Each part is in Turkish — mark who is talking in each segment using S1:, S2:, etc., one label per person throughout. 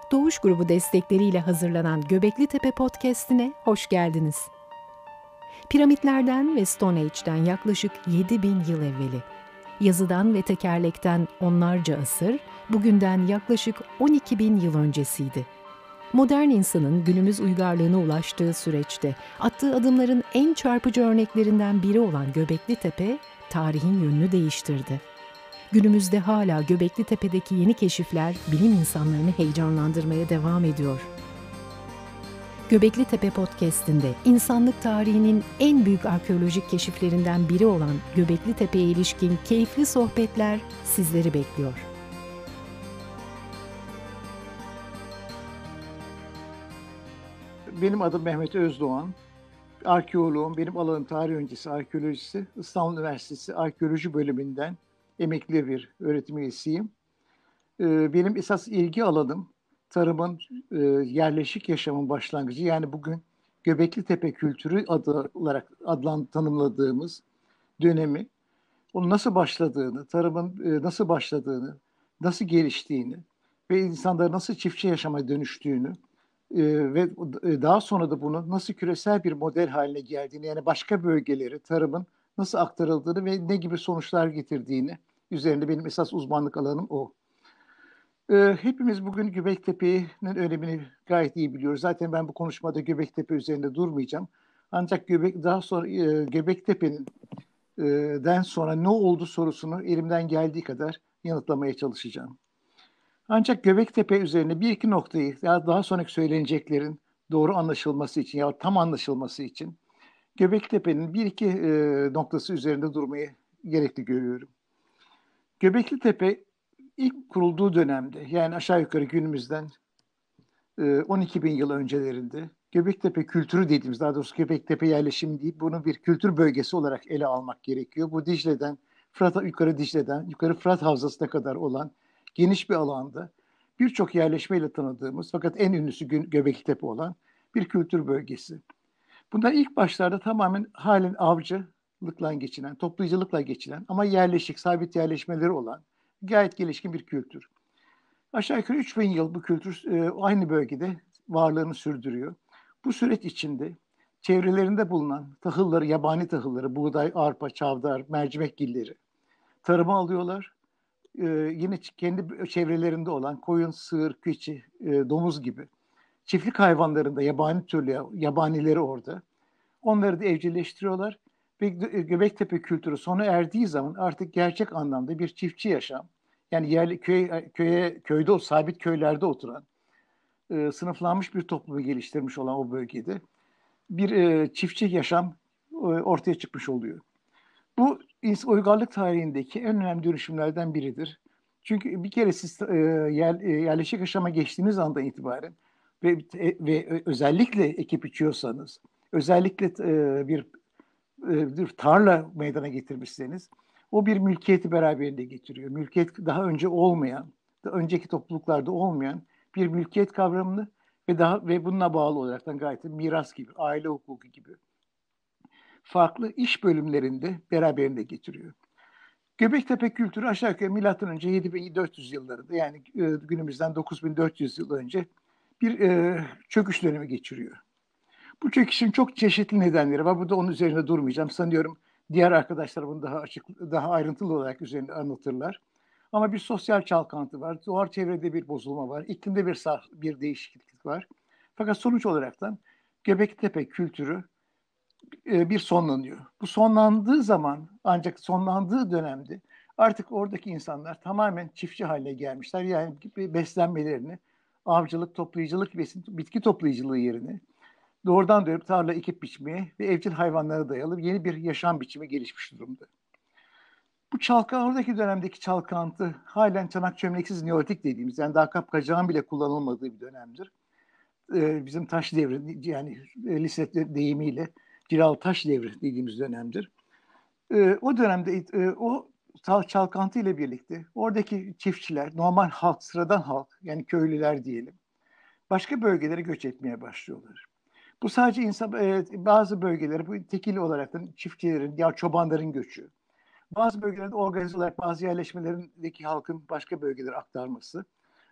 S1: Doğuş Grubu destekleriyle hazırlanan Göbekli Tepe Podcast'ine hoş geldiniz. Piramitlerden ve Stone Age'den yaklaşık 7000 yıl evveli, yazıdan ve tekerlekten onlarca asır, bugünden yaklaşık 12.000 yıl öncesiydi. Modern insanın günümüz uygarlığına ulaştığı süreçte attığı adımların en çarpıcı örneklerinden biri olan Göbekli Tepe, tarihin yönünü değiştirdi. Günümüzde hala Göbekli Tepe'deki yeni keşifler bilim insanlarını heyecanlandırmaya devam ediyor. Göbekli Tepe Podcast'inde insanlık tarihinin en büyük arkeolojik keşiflerinden biri olan Göbekli Tepe'ye ilişkin keyifli sohbetler sizleri bekliyor.
S2: Benim adım Mehmet Özdoğan. Arkeoloğum, benim alanım tarih öncesi arkeolojisi. İstanbul Üniversitesi Arkeoloji Bölümünden emekli bir öğretim üyesiyim. Benim esas ilgi alanım tarımın, yerleşik yaşamın başlangıcı. Yani bugün Göbekli Tepe kültürü adı olarak tanımladığımız dönemi, onun nasıl başladığını, tarımın nasıl başladığını, nasıl geliştiğini ve insanların nasıl çiftçi yaşama dönüştüğünü ve daha sonra da bunun nasıl küresel bir model haline geldiğini, yani başka bölgeleri tarımın nasıl aktarıldığını ve ne gibi sonuçlar getirdiğini üzerinde benim esas uzmanlık alanım o. Hepimiz bugün Göbektepe'nin önemini gayet iyi biliyoruz. Zaten ben bu konuşmada Göbektepe üzerinde durmayacağım. Ancak daha sonra Göbektepe'nin den sonra ne oldu sorusunu elimden geldiği kadar yanıtlamaya çalışacağım. Ancak Göbektepe üzerine bir iki noktayı daha sonraki söyleneceklerin doğru anlaşılması için ya tam anlaşılması için Göbektepe'nin bir iki noktası üzerinde durmayı gerekli görüyorum. Göbekli Tepe ilk kurulduğu dönemde, yani aşağı yukarı günümüzden 12 bin yıl öncelerinde Göbektepe kültürü dediğimiz, daha doğrusu Göbektepe yerleşimi değil, bunu bir kültür bölgesi olarak ele almak gerekiyor. Bu Dicle'den yukarı Fırat Havzası'na kadar olan geniş bir alanda birçok yerleşmeyle tanıdığımız fakat en ünlüsü Göbektepe olan bir kültür bölgesi. Bunlar ilk başlarda tamamen halen avcılıkla geçinen, toplayıcılıkla geçinen ama yerleşik, sabit yerleşmeleri olan gayet gelişkin bir kültür. Aşağı yukarı 3000 yıl bu kültür aynı bölgede varlığını sürdürüyor. Bu süreç içinde çevrelerinde bulunan tahılları, yabani tahılları, buğday, arpa, çavdar, mercimekgilleri tarıma alıyorlar. Yine kendi çevrelerinde olan koyun, sığır, keçi, domuz gibi çiftlik hayvanlarında yabanileri orada. Onları da evcilleştiriyorlar. Ve Göbektepe kültürü sona erdiği zaman artık gerçek anlamda bir çiftçi yaşam, yani köyde sabit köylerde oturan, sınıflanmış bir toplumu geliştirmiş olan o bölgede bir çiftçi yaşam ortaya çıkmış oluyor. Bu uygarlık tarihindeki en önemli dönüşümlerden biridir. Çünkü bir kere siz yerleşik yaşama geçtiğiniz andan itibaren ve özellikle ekip biçiyorsanız, özellikle bir tarla meydana getirmişseniz, o bir mülkiyeti beraberinde getiriyor. Mülkiyet daha önceki topluluklarda olmayan bir mülkiyet kavramını ve bununla bağlı olarak gayet miras gibi, aile hukuku gibi farklı iş bölümlerinde beraberinde getiriyor. Göbektepe kültürü aşağı yukarı M.Ö. 7400 yıllarında, yani günümüzden 9400 yıl önce bir çöküş dönemi geçiriyor. Bu çöküşün çok çeşitli nedenleri var. Burada onun üzerine durmayacağım. Sanıyorum diğer arkadaşlar bunu daha ayrıntılı olarak üzerinde anlatırlar. Ama bir sosyal çalkantı var. Doğal çevrede bir bozulma var. İklimde bir değişiklik var. Fakat sonuç olaraktan Göbektepe kültürü bir sonlanıyor. Bu sonlandığı zaman, ancak sonlandığı dönemde artık oradaki insanlar tamamen çiftçi haline gelmişler. Yani beslenmelerini avcılık, toplayıcılık, bitki toplayıcılığı yerine doğrudan dönüp tarla ekip biçmeye ve evcil hayvanlara dayalı yeni bir yaşam biçimi gelişmiş durumda. Oradaki dönemdeki çalkantı halen çanak çömleksiz Neolitik dediğimiz, yani daha kapkacağın bile kullanılmadığı bir dönemdir. Bizim taş devri, yani lise deyimiyle Cilalı Taş devri dediğimiz dönemdir. O dönemde o çalkantı ile birlikte oradaki çiftçiler, normal halk, sıradan halk, yani köylüler diyelim, başka bölgelere göç etmeye başlıyorlar. Bu sadece bazı bölgelere bu tekil olarak da çiftçilerin ya çobanların göçü, bazı bölgelerde organize olarak bazı yerleşmelerindeki halkın başka bölgelere aktarması,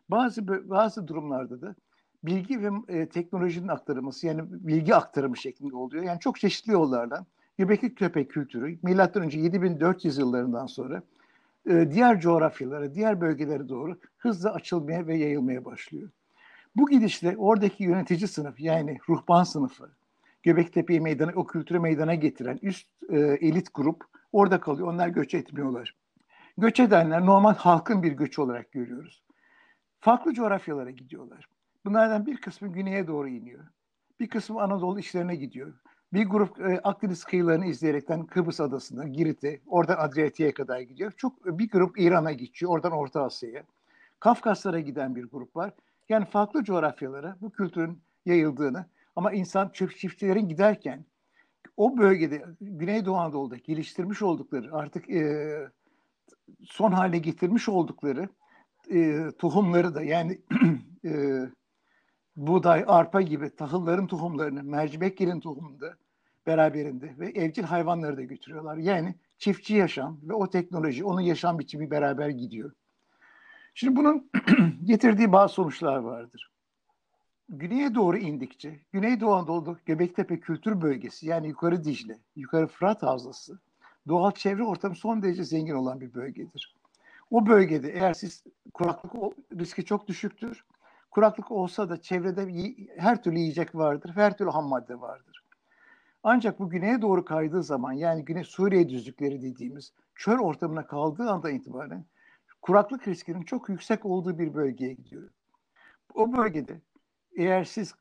S2: Bazı durumlarda da bilgi ve teknolojinin aktarılması, yani bilgi aktarımı şeklinde oluyor. Yani çok çeşitli yollardan Göbekli Tepe kültürü M.Ö. 7400 yıllarından sonra diğer coğrafyalara, diğer bölgelere doğru hızla açılmaya ve yayılmaya başlıyor. Bu gidişle oradaki yönetici sınıf, yani ruhban sınıfı, Göbektepe'yi meydana, o kültürü meydana getiren üst elit grup orada kalıyor. Onlar göç etmiyorlar. Göç edenler normal halkın bir göçü olarak görüyoruz. Farklı coğrafyalara gidiyorlar. Bunlardan bir kısmı güneye doğru iniyor. Bir kısmı Anadolu içlerine gidiyor. Bir grup Akdeniz kıyılarını izleyerekten Kıbrıs adasına, Girit'e, oradan Adriyatik'e kadar gidiyor. Bir grup İran'a geçiyor, oradan Orta Asya'ya. Kafkaslara giden bir grup var. Yani farklı coğrafyalara bu kültürün yayıldığını, ama insan çiftçilerin giderken o bölgede Güneydoğu Anadolu'da geliştirmiş oldukları, artık son hale getirmiş oldukları tohumları da, yani e, buğday, arpa gibi tahılların tohumlarını, mercimeklerin tohumunu da beraberinde ve evcil hayvanları da götürüyorlar. Yani çiftçi yaşam ve o teknoloji, onun yaşam biçimi beraber gidiyor. Şimdi bunun getirdiği bazı sonuçlar vardır. Güneye doğru indikçe, Güneydoğu Anadolu Göbektepe Kültür Bölgesi, yani yukarı Dicle, yukarı Fırat Havzası, doğal çevre ortamı son derece zengin olan bir bölgedir. O bölgede eğer siz kuraklık riski çok düşüktür. Kuraklık olsa da çevrede her türlü yiyecek vardır, her türlü ham madde vardır. Ancak bu güneye doğru kaydığı zaman, yani Güney Suriye düzlükleri dediğimiz çöl ortamına kaldığı anda itibaren kuraklık riskinin çok yüksek olduğu bir bölgeye gidiyor. O bölgede eğer siz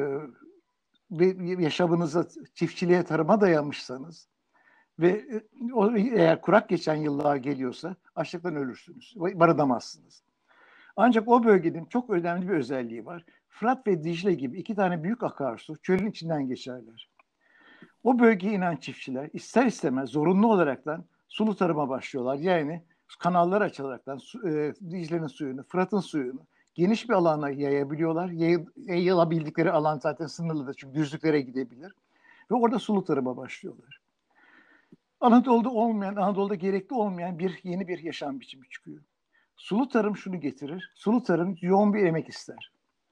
S2: yaşamınızı çiftçiliğe, tarıma dayanmışsanız ve eğer kurak geçen yıllar geliyorsa açlıktan ölürsünüz, barınamazsınız. Ancak o bölgenin çok önemli bir özelliği var. Fırat ve Dicle gibi iki tane büyük akarsu çölün içinden geçerler. O bölgeye inen çiftçiler ister istemez zorunlu olaraktan sulu tarıma başlıyorlar. Yani kanallar açılaraktan Dicle'nin suyunu, Fırat'ın suyunu geniş bir alana yayabiliyorlar. Yayılabildikleri alan zaten sınırlıdır, çünkü düzlüklere gidebilir. Ve orada sulu tarıma başlıyorlar. Anadolu'da gerekli olmayan yeni bir yaşam biçimi çıkıyor. Sulu tarım şunu getirir. Sulu tarım yoğun bir emek ister.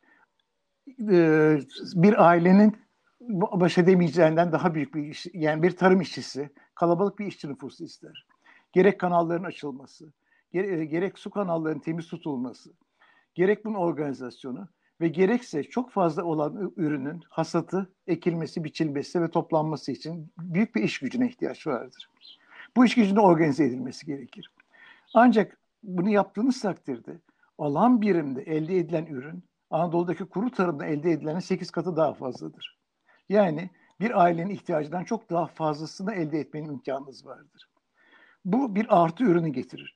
S2: Bir ailenin baş edemeyeceğinden daha büyük bir iş, yani bir tarım işçisi, kalabalık bir işçi nüfusu ister. Gerek kanalların açılması, gerek su kanallarının temiz tutulması, gerek bunun organizasyonu ve gerekse çok fazla olan ürünün hasatı, ekilmesi, biçilmesi ve toplanması için büyük bir iş gücüne ihtiyaç vardır. Bu iş gücünün organize edilmesi gerekir. Ancak bunu yaptığınız takdirde alan birimde elde edilen ürün Anadolu'daki kuru tarımda elde edilenin 8 katı daha fazladır. Yani bir ailenin ihtiyacından çok daha fazlasını elde etmenin imkanınız vardır. Bu bir artı ürünü getirir.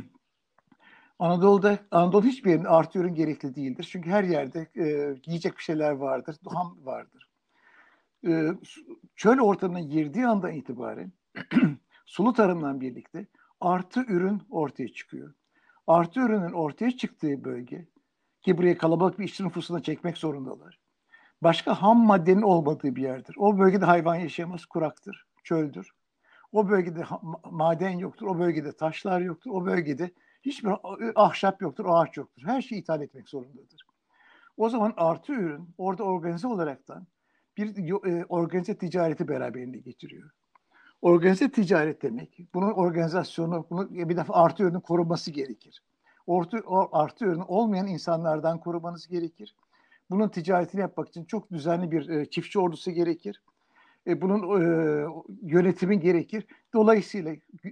S2: Anadolu hiçbir yerinde artı ürün gerekli değildir. Çünkü her yerde yiyecek bir şeyler vardır, ham vardır. Çöl ortamına girdiği andan itibaren sulu tarımla birlikte artı ürün ortaya çıkıyor. Artı ürünün ortaya çıktığı bölge, ki buraya kalabalık bir işçi nüfusuna çekmek zorundalar, başka ham maddenin olmadığı bir yerdir. O bölgede hayvan yaşayamaz, kuraktır, çöldür. O bölgede maden yoktur, o bölgede taşlar yoktur, o bölgede hiçbir ahşap yoktur, ağaç yoktur. Her şeyi ithal etmek zorundadır. O zaman artı ürün orada organize olaraktan bir organize ticareti beraberinde getiriyor. Organize ticaret demek, bunun organizasyonu, bir defa artı ürünün korunması gerekir. Artı ürün olmayan insanlardan korumanız gerekir. Bunun ticaretini yapmak için çok düzenli bir çiftçi ordusu gerekir. Bunun yönetimi gerekir. Dolayısıyla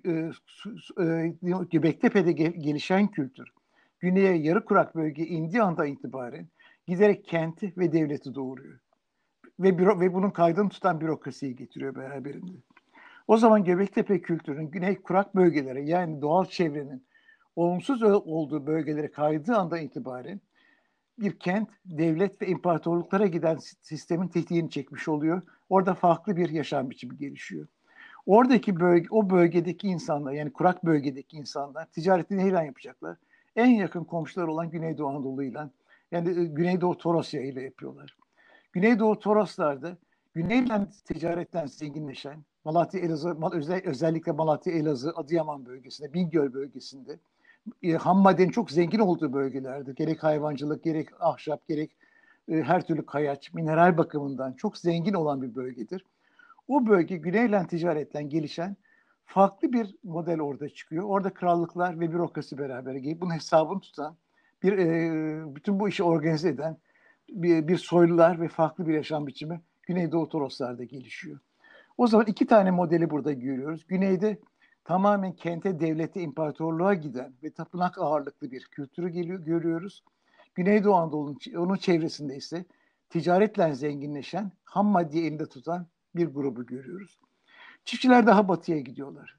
S2: Göbektepe'de gelişen kültür, güneye yarı kurak bölge indiği anda itibaren giderek kenti ve devleti doğuruyor. Ve bunun kaydını tutan bürokrasiyi getiriyor beraberinde. O zaman Göbektepe kültürünün güney kurak bölgelere, yani doğal çevrenin olumsuz olduğu bölgelere kaydığı andan itibaren bir kent, devlet ve imparatorluklara giden sistemin tetiğini çekmiş oluyor. Orada farklı bir yaşam biçimi gelişiyor. O bölgedeki insanlar, yani kurak bölgedeki insanlar ticareti neyle yapacaklar? En yakın komşular olan Güneydoğu Anadolu'yla, yani Güneydoğu Torosya ile yapıyorlar. Güneydoğu Toroslar'da güneyle ticaretten zenginleşen Malatya, Elazığ, özellikle Malatya, Elazığ, Adıyaman bölgesinde, Bingöl bölgesinde ham maddenin çok zengin olduğu bölgelerdir. Gerek hayvancılık, gerek ahşap, gerek her türlü kayaç, mineral bakımından çok zengin olan bir bölgedir. O bölge güneyle ticaretle gelişen farklı bir model orada çıkıyor. Orada krallıklar ve bürokrasi beraber gelip bunun hesabını tutan, bütün bu işi organize eden bir soylular ve farklı bir yaşam biçimi Güneydoğu Toroslar'da gelişiyor. O zaman iki tane modeli burada görüyoruz. Güneyde tamamen kente, devlete, imparatorluğa giden ve tapınak ağırlıklı bir kültürü görüyoruz. Güneydoğu Anadolu'nun onun çevresinde ise ticaretle zenginleşen, ham maddeyi elinde tutan bir grubu görüyoruz. Çiftçiler daha batıya gidiyorlar.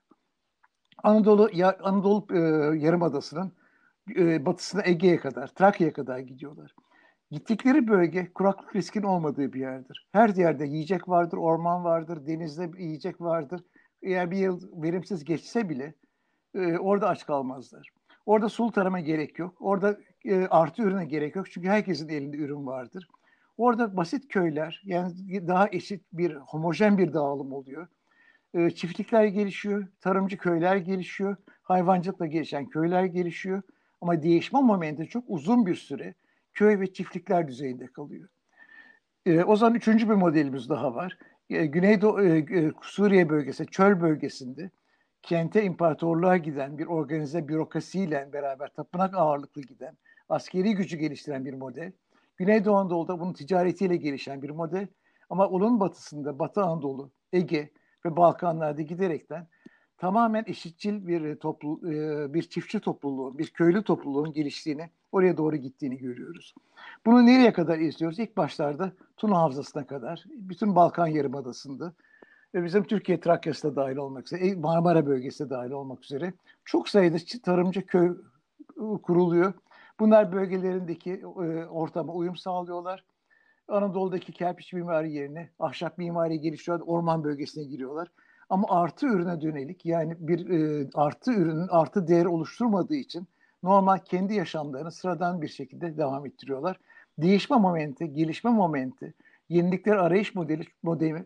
S2: Anadolu Yarımadası'nın batısına Ege'ye kadar, Trakya'ya kadar gidiyorlar. Gittikleri bölge kuraklık riskinin olmadığı bir yerdir. Her yerde yiyecek vardır, orman vardır, denizde yiyecek vardır. Eğer bir yıl verimsiz geçse bile orada aç kalmazlar. Orada sulu tarıma gerek yok. Orada artı ürüne gerek yok. Çünkü herkesin elinde ürün vardır. Orada basit köyler, yani daha eşit bir, homojen bir dağılım oluyor. Çiftlikler gelişiyor, tarımcı köyler gelişiyor, hayvancılıkla gelişen köyler gelişiyor. Ama değişme momenti çok uzun bir süre köy ve çiftlikler düzeyinde kalıyor. O zaman üçüncü bir modelimiz daha var. Güneydoğu Suriye bölgesi, çöl bölgesinde kente, imparatorluğa giden bir organize bürokrasiyle beraber tapınak ağırlıklı giden, askeri gücü geliştiren bir model. Güneydoğu Anadolu'da bunun ticaretiyle gelişen bir model. Ama onun batısında Batı Anadolu, Ege ve Balkanlarda giderekten tamamen eşitçil bir çiftçi topluluğun, bir köylü topluluğun geliştiğini, oraya doğru gittiğini görüyoruz. Bunu nereye kadar izliyoruz? İlk başlarda Tuna Havzası'na kadar, bütün Balkan Yarımadası'nda ve bizim Türkiye Trakya'sı da dahil olmak üzere, Marmara bölgesi de dahil olmak üzere çok sayıda tarımcı köy kuruluyor. Bunlar bölgelerindeki ortama uyum sağlıyorlar. Anadolu'daki kerpiç mimari yerine ahşap mimari geliştiriyor, orman bölgesine giriyorlar. Ama artı ürüne dönelik, yani bir artı ürünün artı değer oluşturmadığı için normal kendi yaşamlarını sıradan bir şekilde devam ettiriyorlar. Değişme momenti, gelişme momenti, yenilikler arayış modeli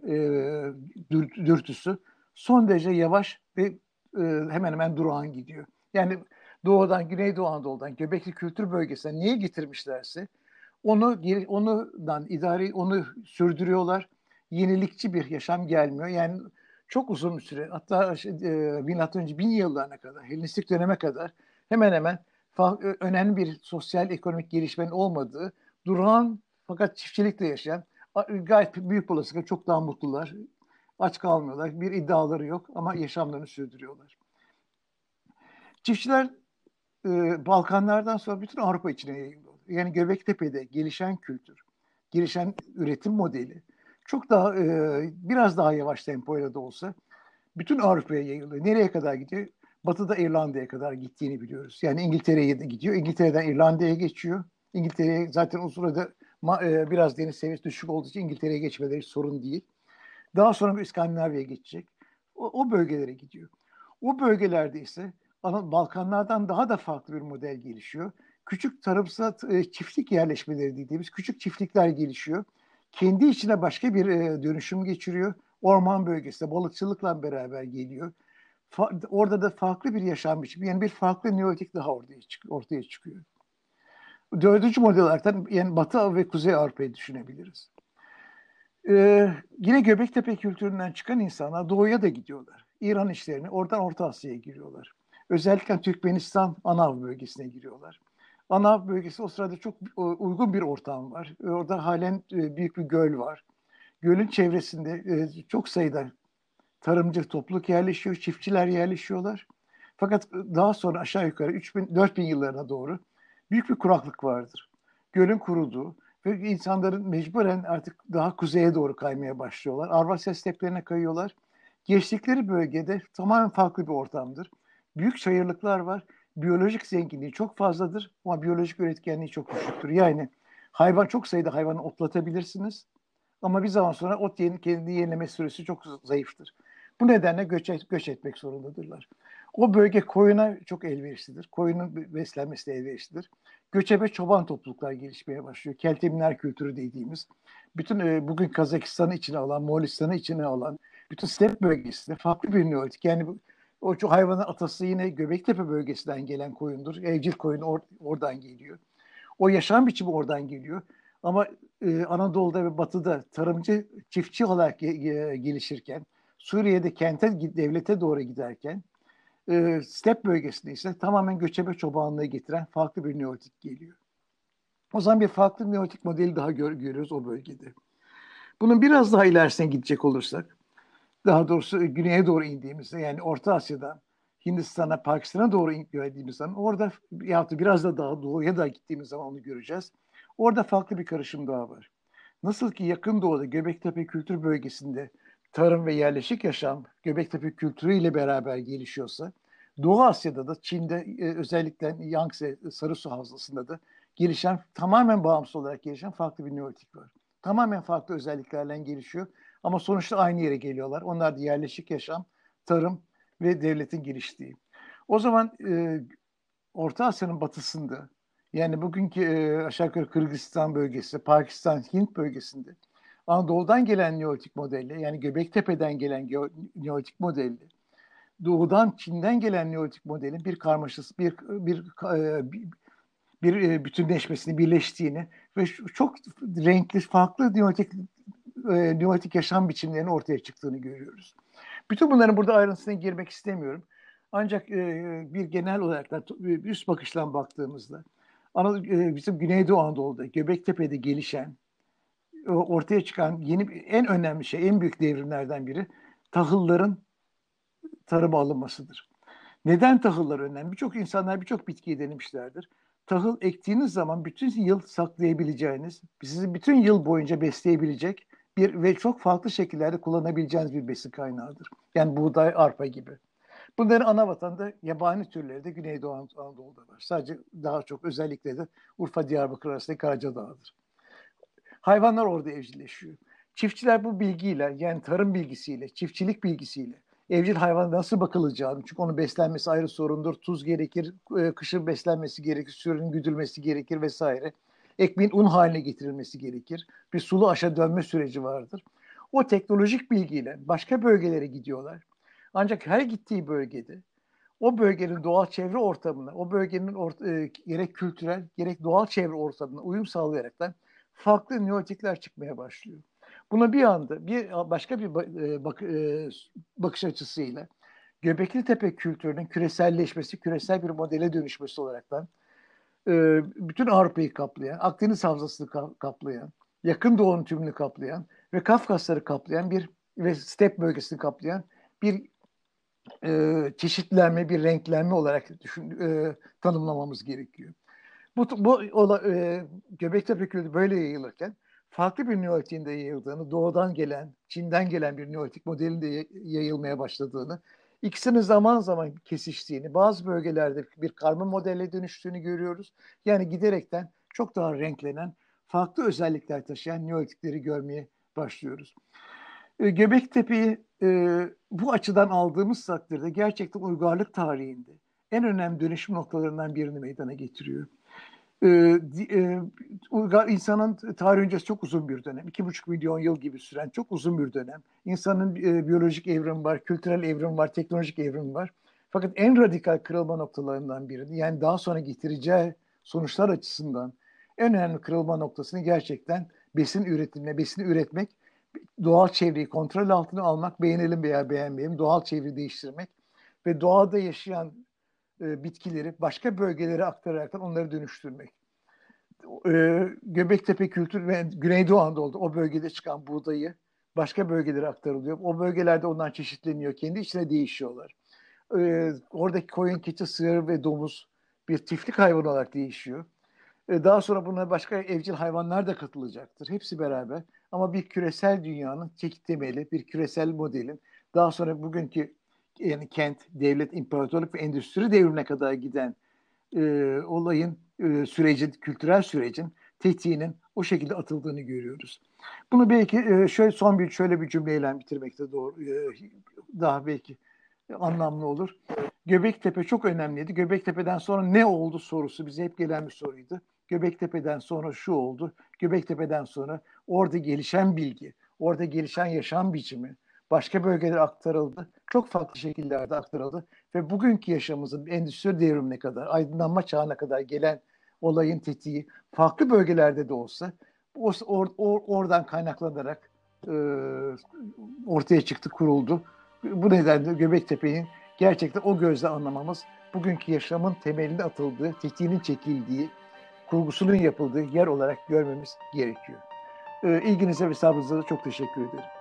S2: dürtüsü son derece yavaş ve hemen hemen durağan gidiyor. Yani doğudan, Güneydoğu Anadolu'dan, Göbekli Kültür Bölgesi'ne niye getirmişlerse onu sürdürüyorlar. Yenilikçi bir yaşam gelmiyor. Yani çok uzun bir süre, hatta milattan önce 1000 yıllarına kadar, Helenistik döneme kadar hemen hemen önemli bir sosyal ekonomik gelişmenin olmadığı, durağan fakat çiftçilikle yaşayan, gayet büyük olasılıkla çok daha mutlular. Aç kalmıyorlar. Bir iddiaları yok ama yaşamlarını sürdürüyorlar. Çiftçiler Balkanlardan sonra bütün Avrupa içine yayıldı. Yani Göbektepe'de gelişen kültür, gelişen üretim modeli çok daha biraz daha yavaş tempoyla da olsa bütün Avrupa'ya yayılıyor. Nereye kadar gidiyor? Batı'da İrlanda'ya kadar gittiğini biliyoruz. Yani İngiltere'ye de gidiyor. İngiltere'den İrlanda'ya geçiyor. İngiltere'ye zaten o sırada biraz deniz seviyesi düşük olduğu için İngiltere'ye geçmeleri sorun değil. Daha sonra bir İskandinavya'ya geçecek. O bölgelere gidiyor. O bölgelerde ise Balkanlardan daha da farklı bir model gelişiyor. Küçük tarımsal çiftlik yerleşmeleri dediğimiz küçük çiftlikler gelişiyor. Kendi içine başka bir dönüşüm geçiriyor. Orman bölgesinde balıkçılıkla beraber geliyor. Orada da farklı bir yaşam biçimi, yani bir farklı Neolitik daha ortaya çıkıyor. Dördüncü model olarak yani Batı ve Kuzey Avrupa'yı düşünebiliriz. Yine Göbektepe kültüründen çıkan insanlar doğuya da gidiyorlar. İran işlerini, oradan Orta Asya'ya giriyorlar. Özellikle Türkmenistan Anav bölgesine giriyorlar. Anav bölgesi o sırada çok uygun bir ortam var. Orada halen büyük bir göl var. Gölün çevresinde çok sayıda tarımcı topluluk yerleşiyor, çiftçiler yerleşiyorlar. Fakat daha sonra aşağı yukarı 3000-4000 yıllarına doğru büyük bir kuraklık vardır. Gölün kuruduğu ve insanların mecburen artık daha kuzeye doğru kaymaya başlıyorlar. Avrasya steplerine kayıyorlar. Geçtikleri bölgede tamamen farklı bir ortamdır. Büyük çayırlıklar var. Biyolojik zenginliği çok fazladır ama biyolojik üretkenliği çok düşüktür. Yani çok sayıda hayvanı otlatabilirsiniz ama bir zaman sonra kendi yenileme süresi çok zayıftır. Bu nedenle göç etmek zorundadırlar. O bölge koyuna çok elverişlidir. Koyunun beslenmesi de elverişlidir. Göçebe çoban topluluklar gelişmeye başlıyor. Kelteminer kültürü dediğimiz, bütün bugün Kazakistan'ı içine alan, Moğolistan'ı içine alan, bütün step bölgesinde farklı bir neolitik. Yani O çok hayvanın atası yine Göbektepe bölgesinden gelen koyundur. Evcil koyun oradan geliyor. O yaşam biçimi oradan geliyor. Ama Anadolu'da ve Batı'da tarımcı, çiftçi olarak gelişirken, Suriye'de devlete doğru giderken, step bölgesinde ise tamamen göçebe çobanlığı getiren farklı bir Neolitik geliyor. O zaman bir farklı Neolitik modeli daha görüyoruz o bölgede. Bunun biraz daha ilerisine gidecek olursak, daha doğrusu güneye doğru indiğimizde, yani Orta Asya'dan Hindistan'a, Pakistan'a doğru geldiğimiz zaman, orada yahut da biraz da daha doğuya da gittiğimiz zaman onu göreceğiz. Orada farklı bir karışım daha var. Nasıl ki yakın doğuda Göbektepe Kültür Bölgesi'nde tarım ve yerleşik yaşam Göbektepe kültürüyle beraber gelişiyorsa, Doğu Asya'da da Çin'de özellikle Yangtze Sarısu Havzası'nda da gelişen, tamamen bağımsız olarak gelişen farklı bir Neolitik var. Tamamen farklı özelliklerle gelişiyor ama sonuçta aynı yere geliyorlar. Onlar da yerleşik yaşam, tarım ve devletin geliştiği. O zaman Orta Asya'nın batısında, yani bugünkü aşağı yukarı Kırgızistan bölgesi, Pakistan, Hint bölgesinde Anadolu'dan gelen Neolitik modelle, yani Göbektepe'den gelen Neolitik modelle, Doğudan, Çin'den gelen Neolitik modelin bir karmaşası, bir bütünleşmesini, birleştiğini ve çok renkli, farklı Neolitik yaşam biçimlerinin ortaya çıktığını görüyoruz. Bütün bunların burada ayrıntısına girmek istemiyorum. Ancak bir genel olarak da bir üst bakıştan baktığımızda bizim Güneydoğu Anadolu'da, Göbektepe'de gelişen, ortaya çıkan en önemli şey, en büyük devrimlerden biri tahılların tarıma alınmasıdır. Neden tahıllar önemli? Birçok insanlar birçok bitkiyi denemişlerdir. Tahıl ektiğiniz zaman bütün yıl saklayabileceğiniz, sizi bütün yıl boyunca besleyebilecek ve çok farklı şekillerde kullanabileceğiniz bir besin kaynağıdır. Yani buğday, arpa gibi. Bunların ana vatanı da yabani türleri de Güneydoğu Anadolu'da var. Sadece daha çok özellikle de Urfa, Diyarbakır arasındaki Karacadağ'dır. Hayvanlar orada evcilleşiyor. Çiftçiler bu bilgiyle, yani tarım bilgisiyle, çiftçilik bilgisiyle evcil hayvan nasıl bakılacağını, çünkü onun beslenmesi ayrı sorundur. Tuz gerekir, kışın beslenmesi gerekir, sürünün güdülmesi gerekir vesaire. Ekmeğin un haline getirilmesi gerekir. Bir sulu aşa dönme süreci vardır. O teknolojik bilgiyle başka bölgelere gidiyorlar. Ancak her gittiği bölgede o bölgenin doğal çevre ortamına, o bölgenin gerek kültürel gerek doğal çevre ortamına uyum sağlayaraktan farklı neolitikler çıkmaya başlıyor. Buna bir anda başka bir bakış açısıyla Göbekli Tepe kültürünün küreselleşmesi, küresel bir modele dönüşmesi olaraktan bütün Avrupa'yı kaplayan, Akdeniz Havzası'nı kaplayan, Yakın Doğu'nun tümünü kaplayan ve Kafkasları kaplayan ve step bölgesini kaplayan bir çeşitlenme, bir renklenme olarak tanımlamamız gerekiyor. Göbektepe kültürü böyle yayılırken farklı bir Neolitik'in de yayıldığını, doğudan gelen, Çin'den gelen bir Neolitik modelin de yayılmaya başladığını, ikisinin zaman zaman kesiştiğini, bazı bölgelerde bir karma modelle dönüştüğünü görüyoruz. Yani giderekten çok daha renklenen, farklı özellikler taşıyan Neolitikleri görmeye başlıyoruz. Göbektepe'yi bu açıdan aldığımız takdirde gerçekten uygarlık tarihinde en önemli dönüşüm noktalarından birini meydana getiriyor. Uygar insanın tarih öncesi çok uzun bir dönem. 2,5 milyon yıl gibi süren çok uzun bir dönem. İnsanın biyolojik evrimi var, kültürel evrim var, teknolojik evrim var. Fakat en radikal kırılma noktalarından biri, yani daha sonra getireceği sonuçlar açısından en önemli kırılma noktasını gerçekten besin üretimine, besini üretmek, doğal çevreyi kontrol altına almak, beğenelim veya beğenmeyelim, doğal çevreyi değiştirmek ve doğada yaşayan bitkileri başka bölgelere aktararak onları dönüştürmek. Göbektepe kültür ve Güneydoğu Anadolu'da o bölgede çıkan buğdayı başka bölgelere aktarılıyor. O bölgelerde onlar çeşitleniyor. Kendi içine değişiyorlar. Oradaki koyun, keçi, sığır ve domuz bir çiftlik hayvanı olarak değişiyor. Daha sonra buna başka evcil hayvanlar da katılacaktır. Hepsi beraber. Ama bir küresel dünyanın temeli, bir küresel modelin daha sonra bugünkü yani kent, devlet, imparatorluk ve endüstri devrimine kadar giden olayın kültürel sürecin tetiğinin o şekilde atıldığını görüyoruz. Bunu belki şöyle bir cümleyle bitirmekte daha belki anlamlı olur. Göbektepe çok önemliydi. Göbektepe'den sonra ne oldu sorusu bize hep gelen bir soruydu. Göbektepe'den sonra şu oldu. Göbektepe'den sonra orada gelişen bilgi, orada gelişen yaşam biçimi, başka bölgelere aktarıldı. Çok farklı şekillerde aktarıldı ve bugünkü yaşamımızın endüstri devrimine kadar, aydınlanma çağına kadar gelen olayın tetiği farklı bölgelerde de olsa oradan kaynaklanarak e, ortaya çıktı, kuruldu. Bu nedenle Göbektepe'nin gerçekten o gözle anlamamız, bugünkü yaşamın temelinde atıldığı, tetiğinin çekildiği, kurgusunun yapıldığı yer olarak görmemiz gerekiyor. İlginize ve sabrınıza da çok teşekkür ederim.